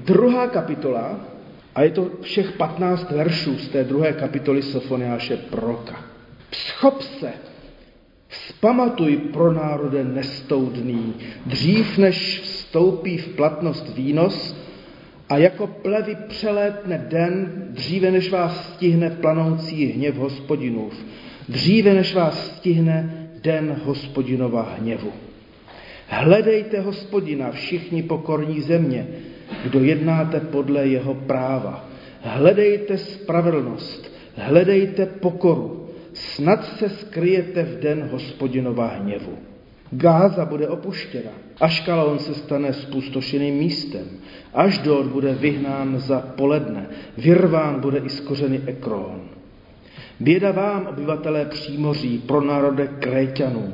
2. kapitola, a je to všech 15 veršů z té 2. kapitoly Sofoniáše proroka. Schop se, vzpamatuj pro národe nestoudný, dřív než vstoupí v platnost výnos, a jako plevy přelétne den, dříve než vás stihne planoucí hněv Hospodinův, dříve než vás stihne den Hospodinova hněvu. Hledejte Hospodina, všichni pokorní země, kdo jednáte podle jeho práva. Hledejte spravedlnost, hledejte pokoru, snad se skryjete v den Hospodinova hněvu. Gáza bude opuštěna, Aškalón se stane zpustošeným místem, Ašdod bude vyhnán za poledne, vyrván bude i z kořeny Ekrón. Běda vám, obyvatelé přímoří, pro národe Kréťanů.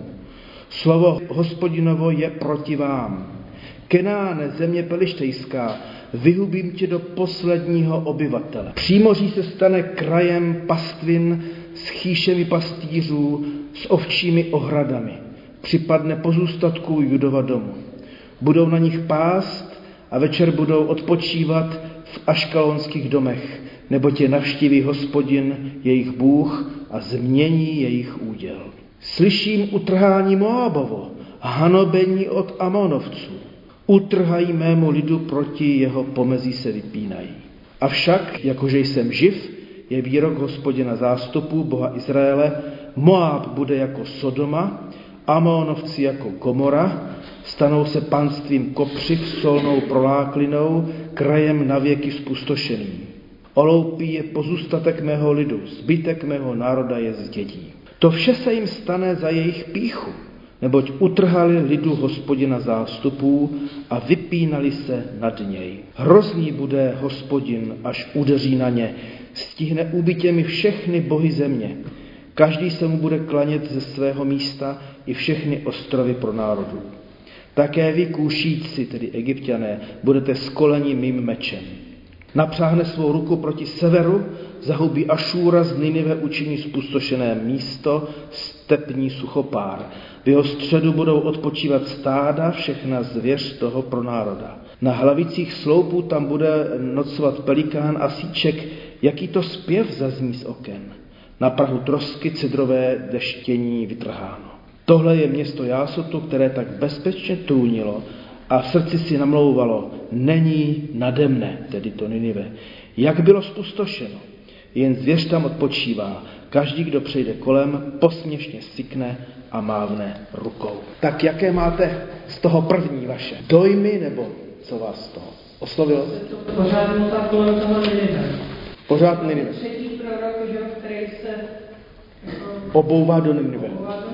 Slovo Hospodinovo je proti vám. Kenáne, země pelištejská, vyhubím tě do posledního obyvatele. Přímoří se stane krajem pastvin s chýšemi pastýřů, s ovčími ohradami. Připadne pozůstatků Judova domu. Budou na nich pást a večer budou odpočívat v aškalonských domech, nebo tě navštíví Hospodin, jejich Bůh, a změní jejich úděl. Slyším utrhání Moábovo, hanobení od Amonovců. Utrhají mému lidu, proti jeho pomezí se vypínají. Avšak, jakože jsem živ, je výrok Hospodina zástupů, Boha Izraele, Moáb bude jako Sodoma, Amonovci jako Gomora, stanou se panstvím kopřiv, solnou proláklinou, krajem navěky zpustošeným. Oloupí je pozůstatek mého lidu, zbytek mého národa je zdědí. To vše se jim stane za jejich pýchu, neboť utrhali lidu Hospodina zástupů a vypínali se nad něj. Hrozný bude Hospodin, až udeří na ně, stihne úbytěmi všechny bohy země. Každý se mu bude klanět ze svého místa, i všechny ostrovy pro národu. Také vy, Kúšíci, tedy Egypťané, budete skoleni mým mečem. Napřáhne svou ruku proti severu, zahubí Ašúra, z Ninive učiní zpustošené místo, stepní suchopár. V jeho středu budou odpočívat stáda, všechna zvěř toho pro národa. Na hlavicích sloupů tam bude nocovat pelikán a síček, jaký to zpěv zazní z oken. Na prahu trosky cedrové deštění vytrháno. Tohle je město Jásotu, které tak bezpečně trůnilo a v srdci si namlouvalo, není nade mne, tedy to Ninive. Jak bylo zpustošeno, jen zvěř tam odpočívá. Každý, kdo přejde kolem, posměšně sykne a mávne rukou. Tak jaké máte z toho první vaše dojmy, nebo co vás z toho oslovilo? Pořád motá kolem toho Ninive. Pořád Ninive. Třetí prorok, který se obouvá do Ninive.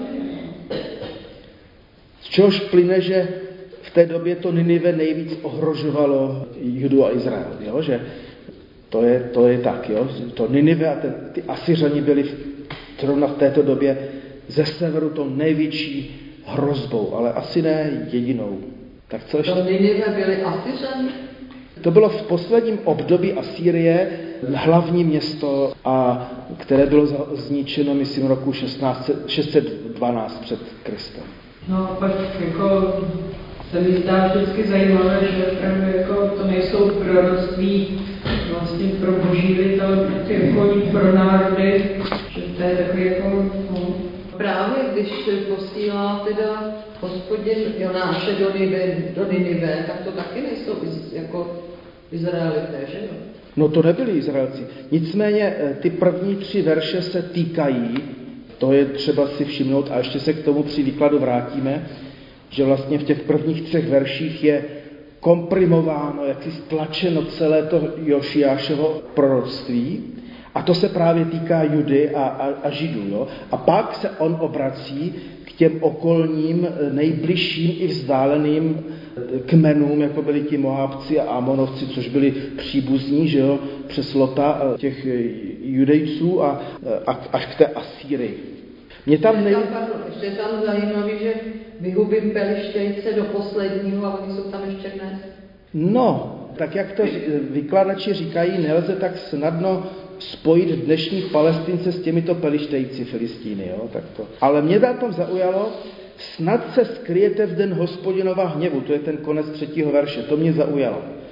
Z čehož plyne, že v té době to Ninive nejvíc ohrožovalo Judu a Izrael, jo? Že to je tak, jo? To Ninive a ty Asyřani byli zrovna v této době ze severu to největší hrozbou, ale asi ne jedinou. Tak co ještě? To Ninive byli Asyřani? To bylo v posledním období Asýrie hlavní město, které bylo zničeno, myslím, roku 612 před Kristem. No pak jako se mi zdá vždycky zajímavé, že opravdu jako to nejsou proroctví vlastně pro boží lid, ale ty okolí pro národy, že to je takový jako... Právě když posílá teda Hospodin Jonáše do Ninive, tak to taky nejsou jako Izraelité, že jo? No to nebyli Izraelci. Nicméně ty první 3 verše se týkají, to je třeba si všimnout, a ještě se k tomu při výkladu vrátíme, že vlastně v těch prvních 3 verších je komprimováno, jak si stlačeno celé to Jošiášovo proroctví, a to se právě týká Judy a Židů. Jo? A pak se on obrací k těm okolním, nejbližším i vzdáleným kmenům, jako byli ti Moábci a Amonovci, což byli příbuzní, že jo, přes Lota těch Judejců a až k té Asýrii. Ještě je tam zajímavý, že vyhubím Pelištejce do posledního a oni jsou tam ještě dnes. No, tak jak to vykladači říkají, nelze tak snadno spojit dnešní Palestince s těmito Pelištejci, Filistíny, jo, tak to. Ale mě tam zaujalo, snad se skryjete v den Hospodinova hněvu, to je ten konec 3. verše, to mě zaujalo.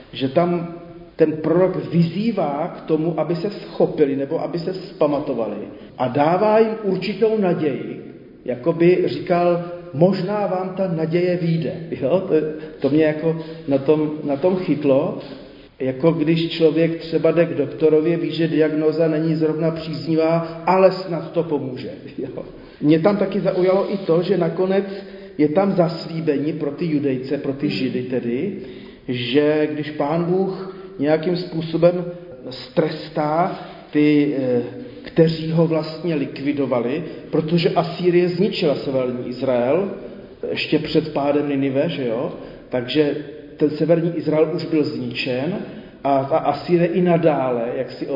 že tam ten prorok vyzývá k tomu, aby se schopili nebo aby se vzpamatovali a dává jim určitou naději, jako by říkal, možná vám ta naděje vyjde. Jo? To mě jako na tom chytlo, jako když člověk třeba jde k doktorovi, ví, že diagnóza není zrovna příznivá, ale snad to pomůže. Jo? Mě tam taky zaujalo i to, že nakonec je tam zaslíbení pro ty Judejce, pro ty Židy tedy, že když Pán Bůh nějakým způsobem strestá ty, kteří ho vlastně likvidovali, protože Asýrie zničila severní Izrael, ještě před pádem Ninive, že jo? Takže ten severní Izrael už byl zničen a ta Asýrie i nadále, jak si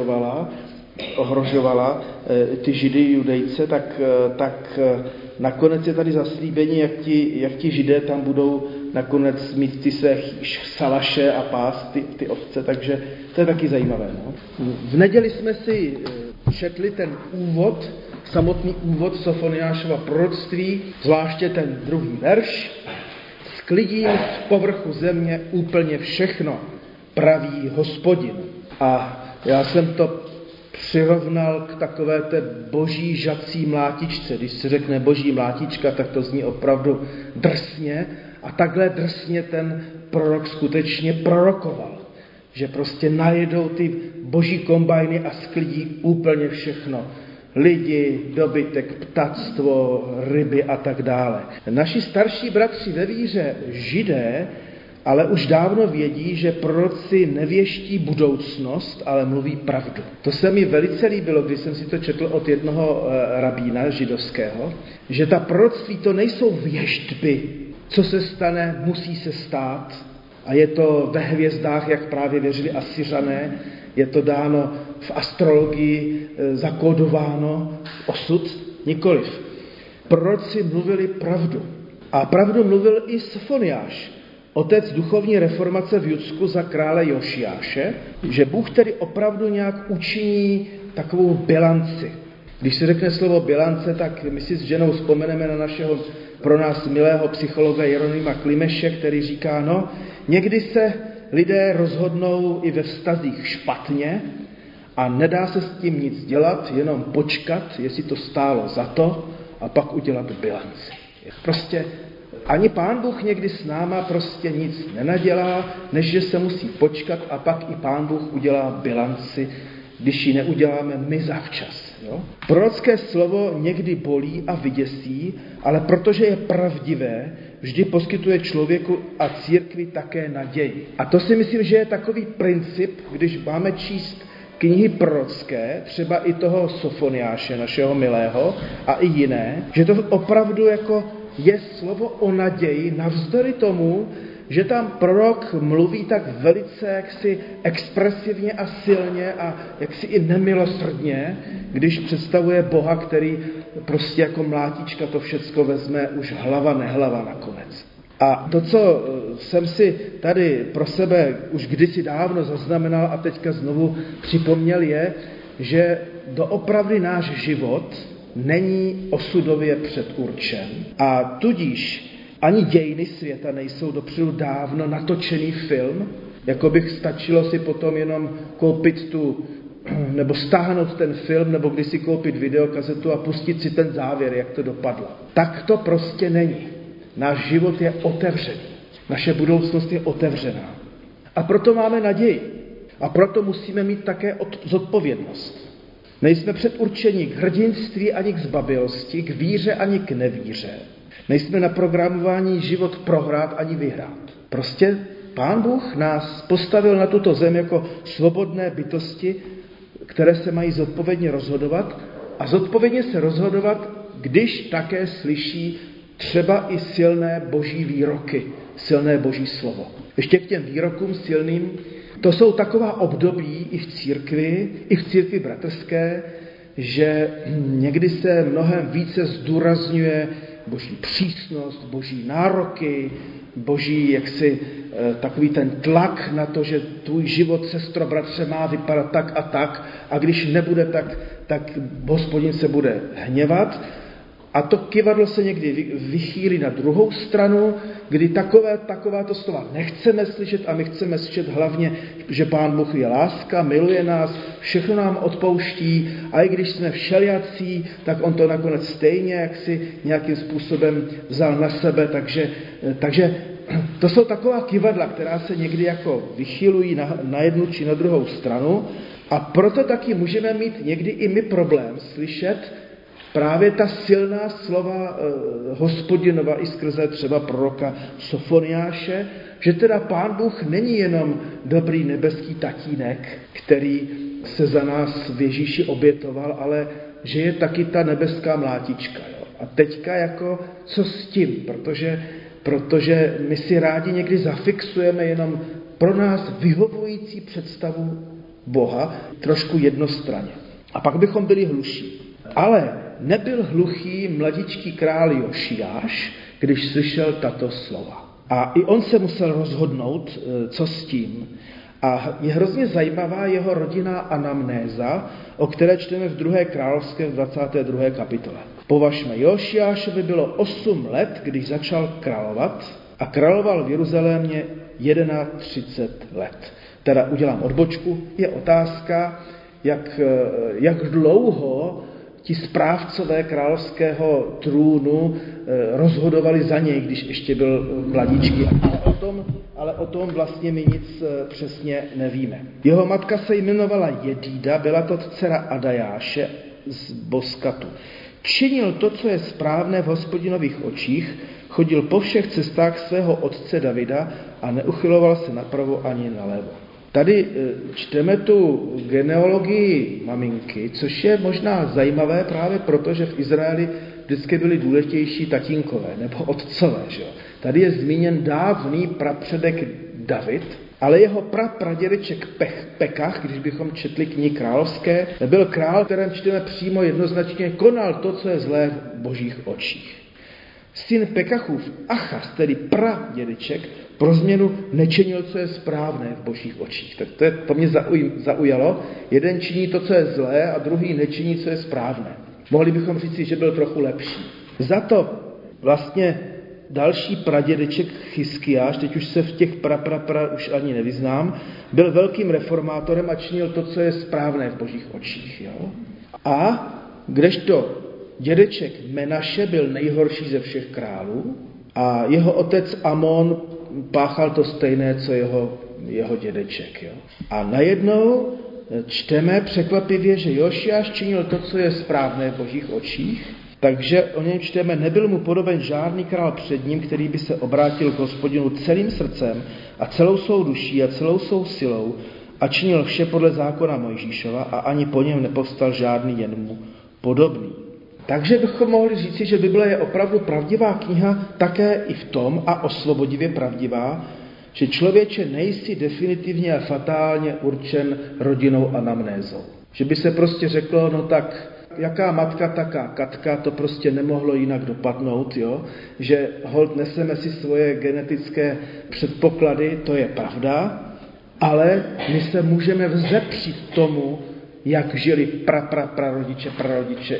ohrožovala ty Židy, Judejce, tak nakonec je tady zaslíbení, jak ti Židé tam budou nakonec mít ty své salaše a pás, ty ovce, takže to je taky zajímavé. No? V neděli jsme si četli ten úvod, samotný úvod Sofoniášova proroctví, zvláště ten 2. verš. Sklidím z povrchu země úplně všechno, praví Hospodin. A já jsem to přirovnal k takové té boží žací mlátičce. Když se řekne boží mlátička, tak to zní opravdu drsně. A takhle drsně ten prorok skutečně prorokoval. Že prostě najedou ty boží kombajny a sklidí úplně všechno. Lidi, dobytek, ptactvo, ryby a tak dále. Naši starší bratři ve víře, Židé, ale už dávno vědí, že proroci nevěští budoucnost, ale mluví pravdu. To se mi velice líbilo, když jsem si to četl od jednoho rabína židovského, že ta proroctví to nejsou věštby, co se stane, musí se stát a je to ve hvězdách, jak právě věřili Asyřané, je to dáno v astrologii, zakódováno, osud, nikoliv. Proroci mluvili pravdu. A pravdu mluvil i Sofoniáš, otec duchovní reformace v Judsku za krále Jošiáše, že Bůh tedy opravdu nějak učiní takovou bilanci. Když se řekne slovo bilance, tak my si s ženou vzpomeneme na našeho pro nás milého psychologa Jeronýma Klimeše, který říká, no, někdy se lidé rozhodnou i ve vztazích špatně a nedá se s tím nic dělat, jenom počkat, jestli to stálo za to a pak udělat bilanci. Prostě ani Pán Bůh někdy s náma prostě nic nenadělá, než že se musí počkat a pak i Pán Bůh udělá bilanci, když ji neuděláme my zavčas. Jo? Prorocké slovo někdy bolí a vyděsí, ale protože je pravdivé, vždy poskytuje člověku a církvi také naději. A to si myslím, že je takový princip, když máme číst knihy prorocké, třeba i toho Sofoniáše, našeho milého, a i jiné, že to opravdu jako je slovo o naději, navzdory tomu, že tam prorok mluví tak velice jaksi expresivně a silně a jaksi i nemilosrdně, když představuje Boha, který prostě jako mlátička to všecko vezme už hlava nehlava nakonec. A to, co jsem si tady pro sebe už kdysi dávno zaznamenal a teďka znovu připomněl, je, že doopravdy náš život není osudově předurčen a tudíž ani dějiny světa nejsou dopředu dávno natočený film, jako bych stačilo si potom jenom koupit nebo stáhnout ten film, nebo když si koupit videokazetu a pustit si ten závěr, jak to dopadlo. Tak to prostě není. Náš život je otevřený. Naše budoucnost je otevřená. A proto máme naději. A proto musíme mít také zodpovědnost. Nejsme předurčeni k hrdinství ani k zbabělosti, k víře ani k nevíře. Nejsme na programování život prohrát ani vyhrát. Prostě Pán Bůh nás postavil na tuto zem jako svobodné bytosti, které se mají zodpovědně rozhodovat a zodpovědně se rozhodovat, když také slyší třeba i silné boží výroky, silné boží slovo. Ještě k těm výrokům silným, to jsou taková období i v církvi bratrské, že někdy se mnohem více zdůrazňuje boží přísnost, boží nároky, boží jaksi takový ten tlak na to, že tvůj život, sestro, bratře, má vypadat tak a když nebude tak Hospodin se bude hněvat. A to kyvadlo se někdy vychýlí na druhou stranu, kdy takováto slova nechceme slyšet a my chceme slyšet hlavně, že Pán Bůh je láska, miluje nás, všechno nám odpouští a i když jsme všelijací, tak on to nakonec stejně jaksi nějakým způsobem vzal na sebe, takže to jsou taková kyvadla, která se někdy jako vychylují na jednu či na druhou stranu a proto taky můžeme mít někdy i my problém slyšet právě ta silná slova Hospodinova i skrze třeba proroka Sofoniáše, že teda Pán Bůh není jenom dobrý nebeský tatínek, který se za nás v Ježíši obětoval, ale že je taky ta nebeská mlátička. Jo? A teďka jako co s tím, protože my si rádi někdy zafixujeme jenom pro nás vyhovující představu Boha trošku jednostranně. A pak bychom byli hluší. Ale nebyl hluchý mladičký král Jošiáš, když slyšel tato slova. A i on se musel rozhodnout, co s tím. A je hrozně zajímavá jeho rodinná anamnéza, o které čteme v 2. královské v 22. kapitole. Považme, Jošiášovi bylo 8 let, když začal královat a královal v Jeruzalémě 31 let. Teda udělám odbočku, je otázka, jak dlouho ti správcové královského trůnu rozhodovali za něj, když ještě byl mladíčký. Ale o tom vlastně my nic přesně nevíme. Jeho matka se jmenovala Jedída, byla to dcera Adajáše z Boskatu. Činil to, co je správné v Hospodinových očích, chodil po všech cestách svého otce Davida a neuchyloval se napravo ani nalevo. Tady čteme tu genealogii maminky, což je možná zajímavé právě proto, že v Izraeli vždycky byli důležitější tatínkové nebo otcové. Že? Tady je zmíněn dávný prapředek David, ale jeho pradědeček Pekach, když bychom četli knihy královské, byl král, kterém čteme přímo jednoznačně, konal to, co je zlé v božích očích. Syn Pekachův Achaz, tedy pradědeček, pro změnu nečinil, co je správné v božích očích. Tak to mě zaujalo. Jeden činí to, co je zlé, a druhý nečiní, co je správné. Mohli bychom říct, že byl trochu lepší. Za to vlastně další pradědeček Chyskiáš, teď už se v těch už ani nevyznám, byl velkým reformátorem a činil to, co je správné v božích očích. Jo? A kdežto dědeček Menaše byl nejhorší ze všech králů a jeho otec Amon páchal to stejné, co jeho dědeček. Jo? A najednou čteme překvapivě, že Jošiáš činil to, co je správné v božích očích, takže o něm čteme, nebyl mu podoben žádný král před ním, který by se obrátil k Hospodinu celým srdcem a celou svou duší a celou svou silou a činil vše podle zákona Mojžíšova a ani po něm nepovstal žádný jen mu podobný. Takže bychom mohli říci, že Bible je opravdu pravdivá kniha také i v tom a osvobodivě pravdivá, že člověče nejsi definitivně a fatálně určen rodinnou anamnézou. Že by se prostě řeklo, no tak jaká matka, taká Katka, to prostě nemohlo jinak dopadnout, jo? Že holt neseme si svoje genetické předpoklady, to je pravda, ale my se můžeme vzepřít tomu, jak žili prarodiče,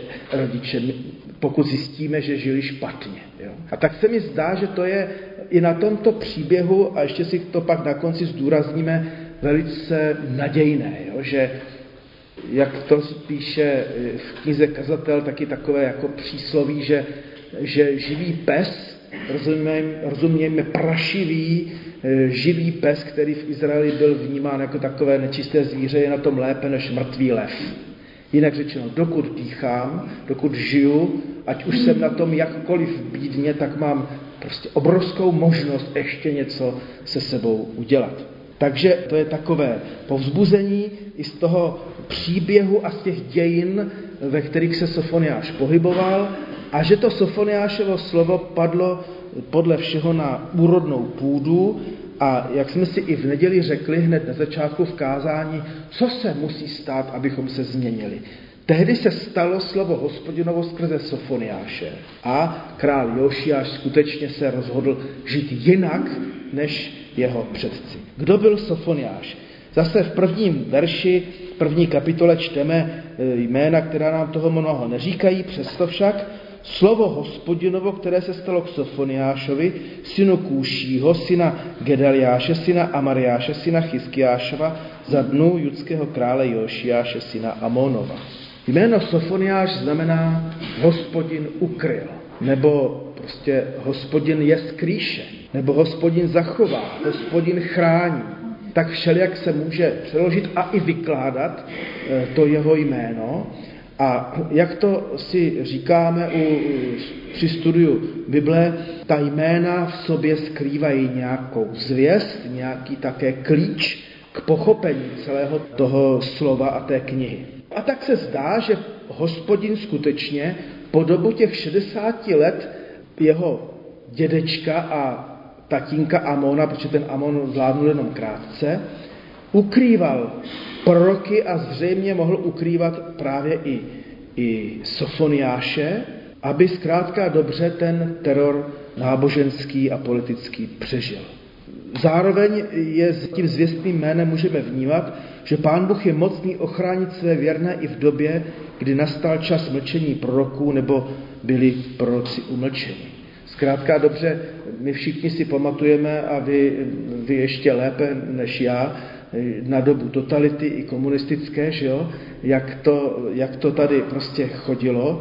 pokud zjistíme, že žili špatně. Jo? A tak se mi zdá, že to je i na tomto příběhu, a ještě si to pak na konci zdůrazníme, velice nadějné, jo? Že jak to píše v knize Kazatel, taky takové jako přísloví, že živý pes, rozumějme prašivý, živý pes, který v Izraeli byl vnímán jako takové nečisté zvíře, je na tom lépe než mrtvý lev. Jinak řečeno, dokud dýchám, dokud žiju, ať už jsem na tom jakkoliv bídně, tak mám prostě obrovskou možnost ještě něco se sebou udělat. Takže to je takové povzbuzení i z toho příběhu a z těch dějin, ve kterých se Sofoniáš pohyboval, a že to Sofoniášovo slovo padlo podle všeho na úrodnou půdu a jak jsme si i v neděli řekli hned na začátku v kázání, co se musí stát, abychom se změnili. Tehdy se stalo slovo Hospodinovo skrze Sofoniáše a král Jošiáš skutečně se rozhodl žít jinak než jeho předci. Kdo byl Sofoniáš? Zase v prvním verši, první kapitole čteme jména, která nám toho mnoho neříkají, přesto však slovo Hospodinovo, které se stalo k Sofoniášovi, synu Kůšího, syna Gedaliáše, syna Amariáše, syna Chyskiášova, za dnů judského krále Jošiáše, syna Amonova. Jméno Sofoniáš znamená Hospodin ukryl, nebo prostě Hospodin je skrýše, nebo Hospodin zachová, Hospodin chrání. Tak všelijak se může přeložit a i vykládat to jeho jméno. A jak to si říkáme při studiu Bible, ta jména v sobě skrývají nějakou zvěst, nějaký také klíč k pochopení celého toho slova a té knihy. A tak se zdá, že Hospodin skutečně po dobu těch 60 let jeho dědečka a tatínka Amona, protože ten Amon vládnul jenom krátce, ukrýval proroky a zřejmě mohl ukrývat právě i Sofoniáše, aby zkrátka dobře ten teror náboženský a politický přežil. Zároveň je s tím zvěstným jménem můžeme vnímat, že Pán Bůh je mocný ochránit své věrné i v době, kdy nastal čas mlčení proroků nebo byli proroci umlčeni. Zkrátka dobře, my všichni si pamatujeme, a vy ještě lépe než já, na dobu totality i komunistické, že jo? Jak to tady prostě chodilo.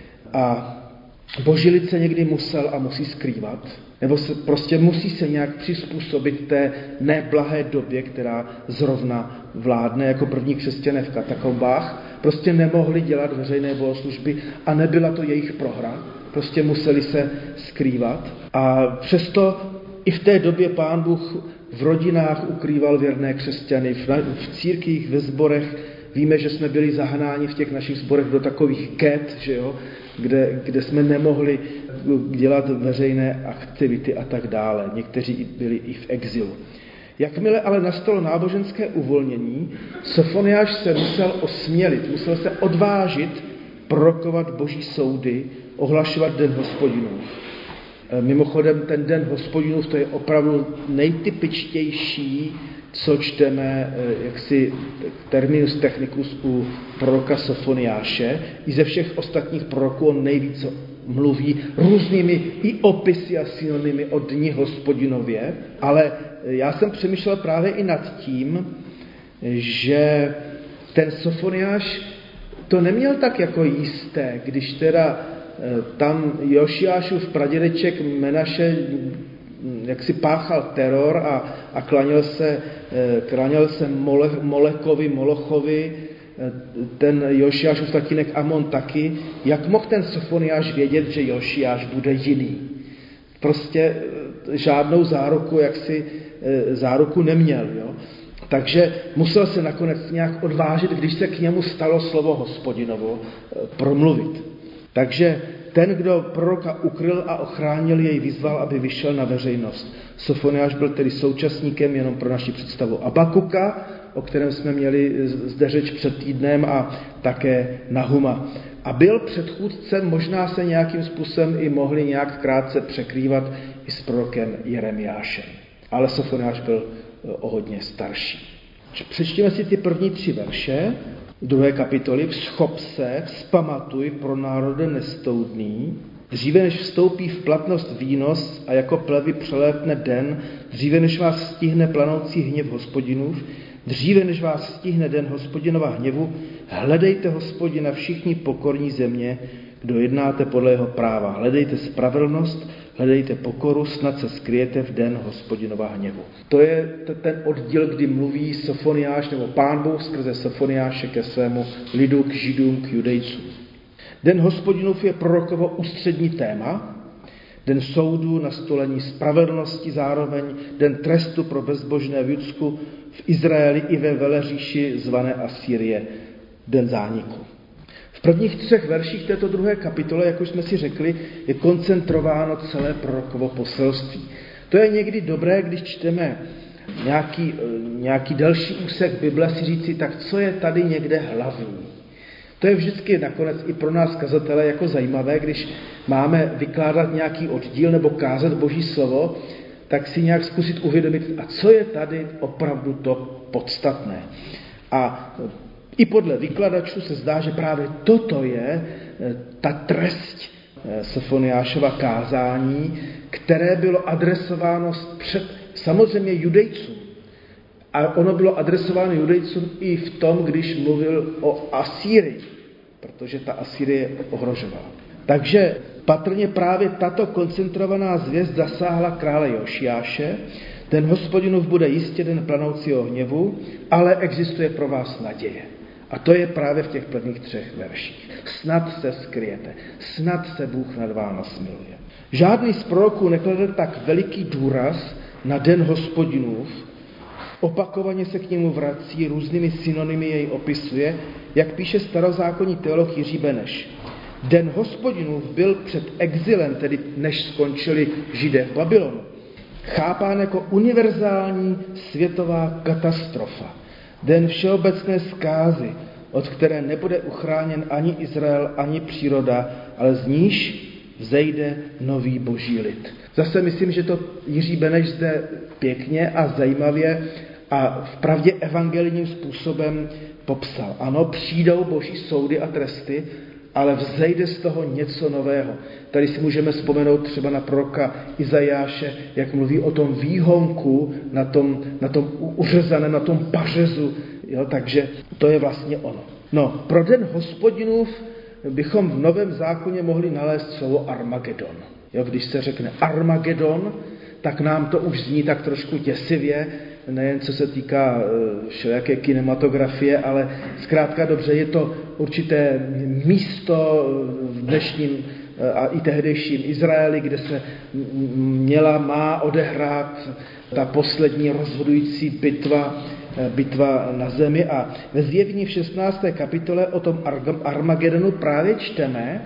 A Boží lid se někdy musel a musí skrývat, nebo se prostě musí se nějak přizpůsobit té neblahé době, která zrovna vládne, jako první křesťané v katakombách. Prostě nemohli dělat veřejné bohoslužby a nebyla to jejich prohra. Prostě museli se skrývat. A přesto i v té době Pán Bůh v rodinách ukrýval věrné křesťany, v církvích, ve sborech. Víme, že jsme byli zahnáni v těch našich sborech do takových ket, že jo, kde jsme nemohli dělat veřejné aktivity a tak dále. Někteří byli i v exilu. Jakmile ale nastalo náboženské uvolnění, Sofoniáš se musel osmělit, musel se odvážit prorokovat Boží soudy, ohlašovat den Hospodinův. Mimochodem, ten den Hospodinův, to je opravdu nejtypičtější, co čteme, jaksi terminus technicus u proroka Sofoniáše. I ze všech ostatních proroků on nejvíce mluví různými i opisy a synonymy o dni Hospodinově, ale já jsem přemýšlel právě i nad tím, že ten Sofoniáš to neměl tak jako jisté, když teda tam Jošiášův pradědeček Menaše jak si páchal teror a klaněl se Molekovi, Molochovi, ten Jošiášův tatínek Amon taky. Jak mohl ten Sofoniáš vědět, že Jošiáš bude jiný? Prostě žádnou záruku neměl. Jo? Takže musel se nakonec nějak odvážit, když se k němu stalo slovo Hospodinovo, promluvit. Takže ten, kdo proroka ukryl a ochránil jej, vyzval, aby vyšel na veřejnost. Sofoniáš byl tedy současníkem, jenom pro naši představu, Abakuka, o kterém jsme měli zde řeč před týdnem, a také Nahuma. A byl předchůdcem, možná se nějakým způsobem i mohli nějak krátce překrývat i s prorokem Jeremiášem. Ale Sofoniáš byl o hodně starší. Přečtěme si ty první 3 verše 2. kapitoly. Vzchop se, vzpamatuj pro národe nestoudný, dříve než vstoupí v platnost výnos a jako plevy přelétne den, dříve než vás stihne planoucí hněv Hospodinův, dříve než vás stihne den Hospodinova hněvu, hledejte Hospodina všichni pokorní země, kdo jednáte podle jeho práva. Hledejte spravedlnost, hledejte pokoru, snad se skryjete v den Hospodinova hněvu. To je ten oddíl, kdy mluví Sofoniáš, nebo Pán Bůh skrze Sofoniáše ke svému lidu, k Židům, k Judejcům. Den Hospodinův je prorokovo ústřední téma, den soudu, nastolení spravedlnosti zároveň, den trestu pro bezbožné v Judsku, v Izraeli i ve veleříši zvané Asýrie, den zániku. V prvních 3 verších této 2. kapitole, jak už jsme si řekli, je koncentrováno celé prorokovo poselství. To je někdy dobré, když čteme nějaký delší úsek Bible, si říci, tak co je tady někde hlavní. To je vždycky nakonec i pro nás kazatele jako zajímavé, když máme vykládat nějaký oddíl nebo kázat Boží slovo, tak si nějak zkusit uvědomit, a co je tady opravdu to podstatné. A i podle vykladačů se zdá, že právě toto je ta trest Sofoniášova kázání, které bylo adresováno samozřejmě judejcům. A ono bylo adresováno judejcům i v tom, když mluvil o Asýrii, protože ta Asýrie ohrožovala. Takže patrně právě tato koncentrovaná zvěst zasáhla krále Jošiáše. Den Hospodinův bude jistě den planoucího hněvu, ale existuje pro vás naděje. A to je právě v těch prvních 3 verších. Snad se skryjete, snad se Bůh nad vámi smiluje. Žádný z proroků neklade tak veliký důraz na den Hospodinův, opakovaně se k němu vrací, různými synonymy jej opisuje, jak píše starozákonní teolog Jiří Beneš. Den Hospodinův byl před exilem, tedy než skončili Židé v Babylonu, chápán jako univerzální světová katastrofa. Den všeobecné zkázy, od které nebude uchráněn ani Izrael, ani příroda, ale z níž vzejde nový boží lid. Zase myslím, že to Jiří Beneš zde pěkně a zajímavě a vpravdě evangelijním způsobem popsal. Ano, přijdou boží soudy a tresty, ale vzejde z toho něco nového. Tady si můžeme vzpomenout třeba na proroka Izajáše, jak mluví o tom výhonku, na tom uřezaném, na tom pařezu. Jo, takže to je vlastně ono. No, pro den Hospodinův bychom v Novém zákoně mohli nalézt slovo Armagedon. Jo, když se řekne Armagedon, tak nám to už zní tak trošku děsivě, nejen co se týká všelijaké kinematografie, ale zkrátka dobře, je to určité místo v dnešním a i tehdejším Izraeli, kde se má odehrát ta poslední rozhodující bitva na zemi. A ve Zjevení v 16. kapitole o tom Armagedonu právě čteme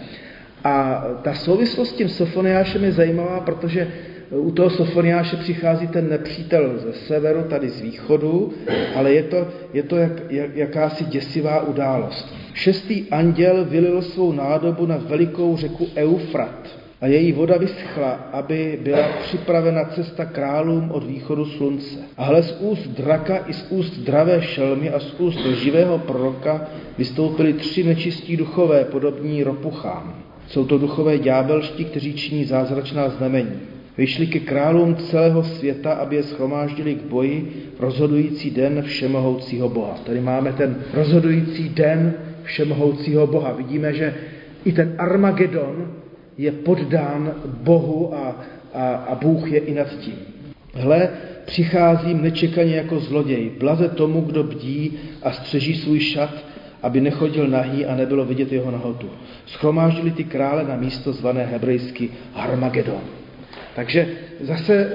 a ta souvislost s tím Sofoniášem je zajímavá, protože u toho Sofoniáše přichází ten nepřítel ze severu, tady z východu, ale je to jakási děsivá událost. 6. anděl vylil svou nádobu na velikou řeku Eufrat a její voda vyschla, aby byla připravena cesta králům od východu slunce. A hle, z úst draka i z úst dravé šelmy a z úst živého proroka vystoupili 3 nečistí duchové, podobní ropuchám. Jsou to duchové ďábelští, kteří činí zázračná znamení. Vyšli ke králům celého světa, aby je shromáždili k boji rozhodující den všemohoucího Boha. Tady máme ten rozhodující den všemohoucího Boha. Vidíme, že i ten Armagedon je poddán Bohu a Bůh je i nad tím. Hle, přicházím nečekaně jako zloděj. Blaze tomu, kdo bdí a střeží svůj šat, aby nechodil nahý a nebylo vidět jeho nahotu. Shromáždili ty krále na místo zvané hebrejsky Armagedon. Takže zase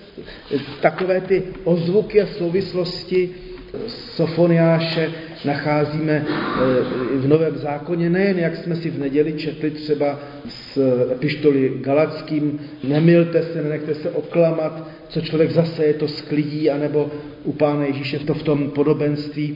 takové ty ozvuky a souvislosti Sofoniáše nacházíme v Novém zákoně, nejen jak jsme si v neděli četli třeba z epištoly Galackým, nemylte se, nenechte se oklamat, co člověk zaseje, to sklidí, anebo u Pána Ježíše v tom podobenství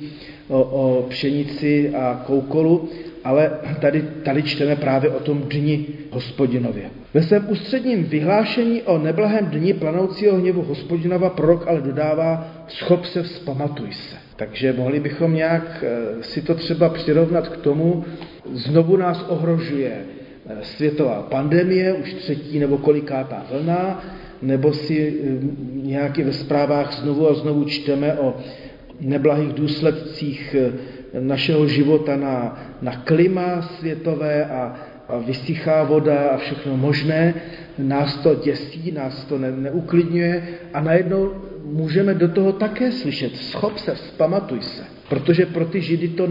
o pšenici a koukolu, ale tady čteme právě o tom dni Hospodinově. Ve svém ústředním vyhlášení o neblahém dni planoucího hněvu Hospodinova prorok ale dodává: schop se, vzpamatuj se. Takže mohli bychom nějak si to třeba přirovnat k tomu, znovu nás ohrožuje světová pandemie, už 3. nebo kolikátá vlna, nebo si nějaký ve zprávách znovu a znovu čteme o neblahých důsledcích našeho života na klima světové a vysychá voda a všechno možné. Nás to děsí, nás to neuklidňuje a najednou můžeme do toho také slyšet: schop se, vzpamatuj se. Protože pro ty Židy to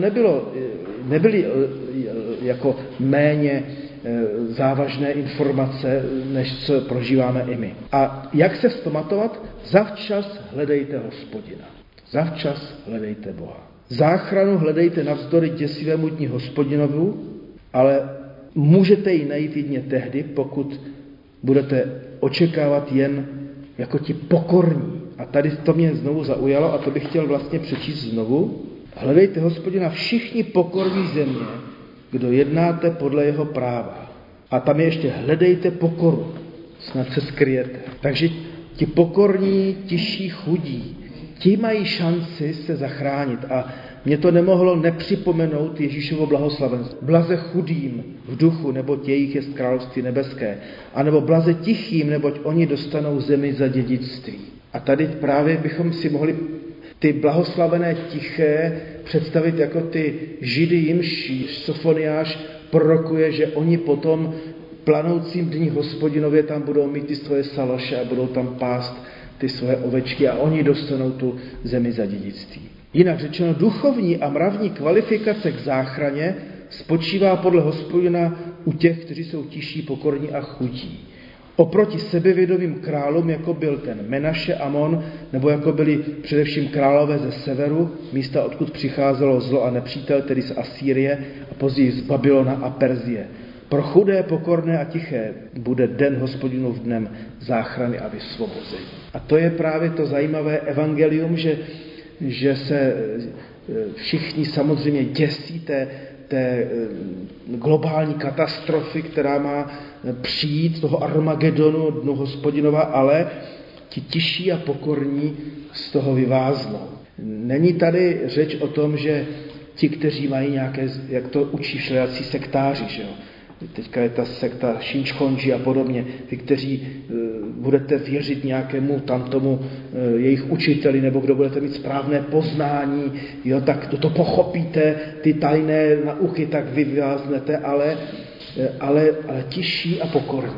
nebyly jako méně závažné informace, než co prožíváme i my. A jak se vzpamatovat? Zavčas hledejte Hospodina. Zavčas hledejte Boha. Záchranu hledejte navzdory děsivému dni Hospodinovu, ale můžete ji najít jedině tehdy, pokud budete očekávat jen jako ti pokorní. A tady to mě znovu zaujalo a to bych chtěl vlastně přečíst znovu. Hledejte Hospodina všichni pokorní země, kdo jednáte podle jeho práva. A tam je ještě hledejte pokoru, snad se skryjete. Takže ti pokorní, tiší, chudí, ti mají šanci se zachránit. A mě to nemohlo nepřipomenout Ježíšovo blahoslavenství. Blaze chudým v duchu, neboť jejich jest království nebeské. A nebo blaze tichým, neboť oni dostanou zemi za dědictví. A tady právě bychom si mohli ty blahoslavené tiché představit jako ty Židy, jimž Sofoniáš prorokuje, že oni potom planoucím dní Hospodinově tam budou mít ty svoje saloše a budou tam pást ty svoje ovečky a oni dostanou tu zemi za dědictví. Jinak řečeno, duchovní a mravní kvalifikace k záchraně spočívá podle Hospodina u těch, kteří jsou tiší, pokorní a chudí. Oproti sebevědomým králům, jako byl ten Menaše, Amon, nebo jako byli především králové ze severu, místa, odkud přicházelo zlo a nepřítel, tedy z Asýrie a později z Babylona a Perzie. Pro chudé, pokorné a tiché bude den Hospodinův dnem záchrany a vysvobození. A to je právě to zajímavé evangelium, že se všichni samozřejmě děsí té globální katastrofy, která má přijít, toho Armagedonu, dnu Hospodinova, ale ti tiší a pokorní z toho vyváznou. Není tady řeč o tom, že ti, kteří mají nějaké, jak to učí všelijací sektáři, že jo? Teďka je ta sekta Šinčkonži a podobně, vy, kteří budete věřit nějakému tamtomu jejich učiteli, nebo kdo budete mít správné poznání, jo, tak to pochopíte, ty tajné nauky, tak vy vyváznete, ale tiší a pokorní.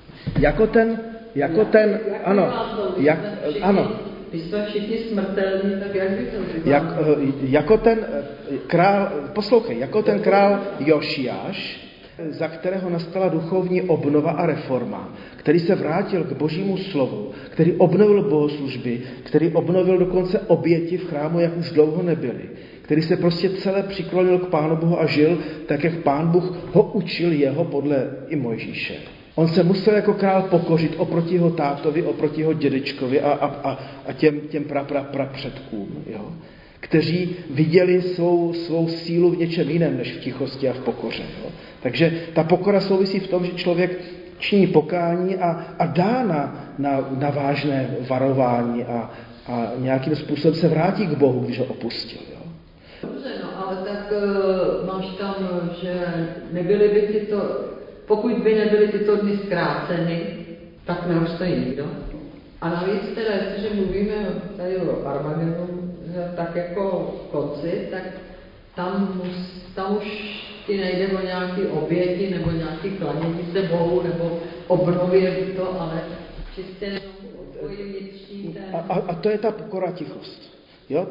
Ano. Když jsme všichni smrtelní, tak jak by to říkal? Jako ten král, poslouchej, jako ten král Jošiáš, za kterého nastala duchovní obnova a reforma, který se vrátil k Božímu slovu, který obnovil bohoslužby, který obnovil dokonce oběti v chrámu, jak už dlouho nebyly, který se prostě celé přiklonil k Pánu Bohu a žil tak, jak Pán Bůh ho učil jeho podle i Mojžíše. On se musel jako král pokořit oproti jeho tátovi, oproti jeho dědečkovi a těm prapředkům, jo? Kteří viděli svou sílu v něčem jiném, než v tichosti a v pokoře. Jo? Takže ta pokora souvisí v tom, že člověk činí pokání a dá na vážné varování a nějakým způsobem se vrátí k Bohu, když ho opustil. Jo? Dobře, no, ale tak máš tam, že nebyly by pokud by nebyly tyto dny zkráceny, tak neobstojí nikdo. A navíc teda, jestliže mluvíme tady o Armagedonu, tak jako konci, tak tam už ti nejde o nějaké oběti nebo nějaké klanění se Bohu nebo obnově to, ale čistě jenom o tvoji vnitřní téma. A to je ta pokora tichost. Jo?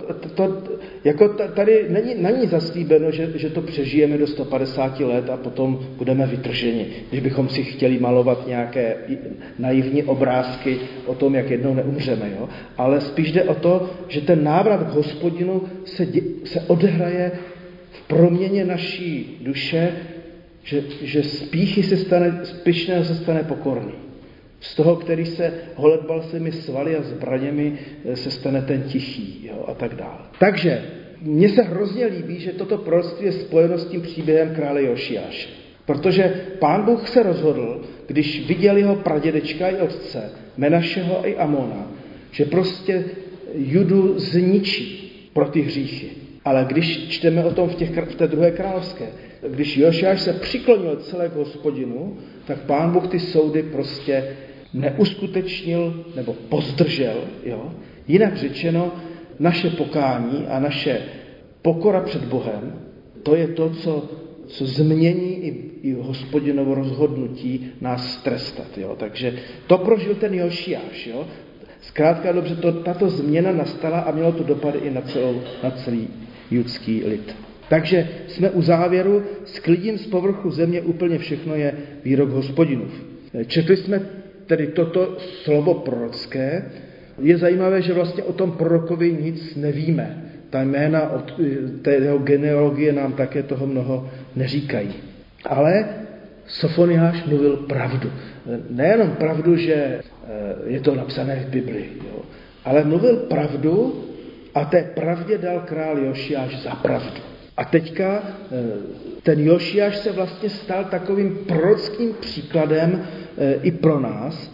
Tady není zaslíbeno, že to přežijeme do 150 let a potom budeme vytrženi, když bychom si chtěli malovat nějaké naivní obrázky o tom, jak jednou neumřeme. Jo? Ale spíš jde o to, že ten návrat k Hospodinu se odehraje v proměně naší duše, že z pýchy pyšného se stane pokorný. Z toho, který se holedbal svými svaly a zbraněmi, se stane ten tichý, jo, a tak dále. Takže mně se hrozně líbí, že toto proroctví je spojeno s tím příběhem krále Jošiáše. Protože Pán Bůh se rozhodl, když viděl jeho pradědečka i otce, Menašeho i Amona, že prostě Judu zničí pro ty hříchy. Ale když čteme o tom v té druhé královské, když Jošiáš se přiklonil celé k Hospodinu, tak Pán Bůh ty soudy prostě neuskutečnil nebo pozdržel. Jo? Jinak řečeno, naše pokání a naše pokora před Bohem, to je to, co změní i Hospodinovo rozhodnutí nás trestat. Jo? Takže to prožil ten Jošiáš. Jo? Zkrátka dobře, tato změna nastala a mělo to dopady i na celý judský lid. Takže jsme u závěru, sklidím z povrchu země úplně všechno je výrok Hospodinův. Četli jsme tedy toto slovo prorocké. Je zajímavé, že vlastně o tom prorokovi nic nevíme. Ta jména od té jeho genealogie nám také toho mnoho neříkají. Ale Sofoniáš mluvil pravdu. Nejenom pravdu, že je to napsané v Biblii, jo, ale mluvil pravdu a té pravdě dal král Jošiáš za pravdu. A teďka ten Jošiáš se vlastně stal takovým prorockým příkladem i pro nás.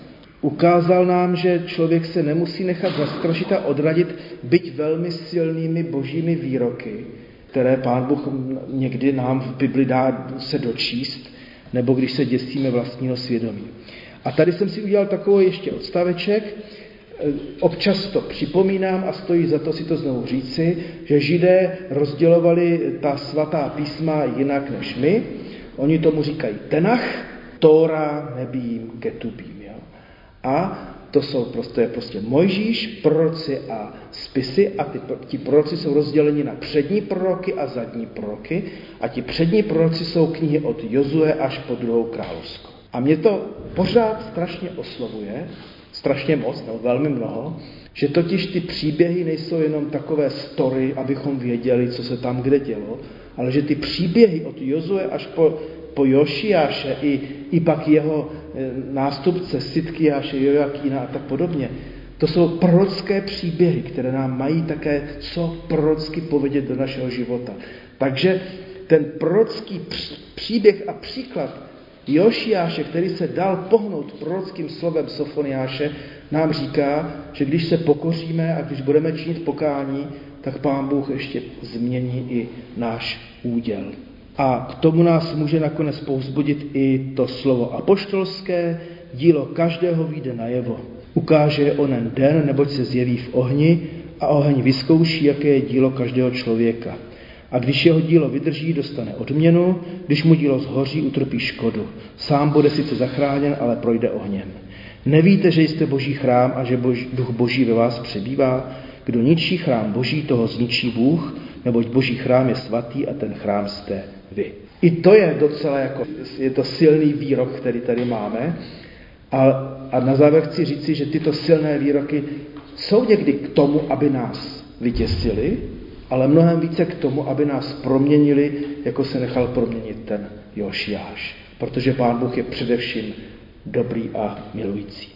Ukázal nám, že člověk se nemusí nechat zastrašit a odradit, byť velmi silnými božími výroky, které Pán Bůh někdy nám v Bibli dá se dočíst, nebo když se děsíme vlastního svědomí. A tady jsem si udělal takový ještě odstaveček. Občas to připomínám a stojí za to si to znovu říci, že Židé rozdělovali ta svatá písma jinak než my. Oni tomu říkají Tenach, Tóra, Nebím, Ketubím. Jo? A to jsou prostě Mojžíš, proroci a spisy a ti proroci jsou rozděleni na přední proroky a zadní proroky a ti přední proroci jsou knihy od Jozue až po 2. královskou. A mě to pořád strašně oslovuje, strašně moc, nebo velmi mnoho, že totiž ty příběhy nejsou jenom takové story, abychom věděli, co se tam kde dělo, ale že ty příběhy od Jozue až po Jošiáše i pak jeho nástupce Sidkiáše, Jojakína a tak podobně, to jsou prorocké příběhy, které nám mají také co prorocky povědět do našeho života. Takže ten prorocký příběh a příklad Jošiáše, který se dal pohnout prorockým slovem Sofoniáše, nám říká, že když se pokoříme a když budeme činit pokání, tak Pán Bůh ještě změní i náš úděl. A k tomu nás může nakonec povzbudit i to slovo apoštolské, dílo každého vyjde najevo. Ukáže onen den, neboť se zjeví v ohni a oheň vyzkouší, jaké je dílo každého člověka. A když jeho dílo vydrží, dostane odměnu, když mu dílo zhoří, utrpí škodu. Sám bude sice zachráněn, ale projde ohněm. Nevíte, že jste Boží chrám a že duch Boží ve vás přebývá? Kdo ničí chrám Boží, toho zničí Bůh, neboť Boží chrám je svatý a ten chrám jste vy. I to je docela je to silný výrok, který tady máme. A na závěr chci říci, že tyto silné výroky jsou někdy k tomu, aby nás vytěsili, ale mnohem více k tomu, aby nás proměnili, jako se nechal proměnit ten Jošiáš. Protože Pán Bůh je především dobrý a milující.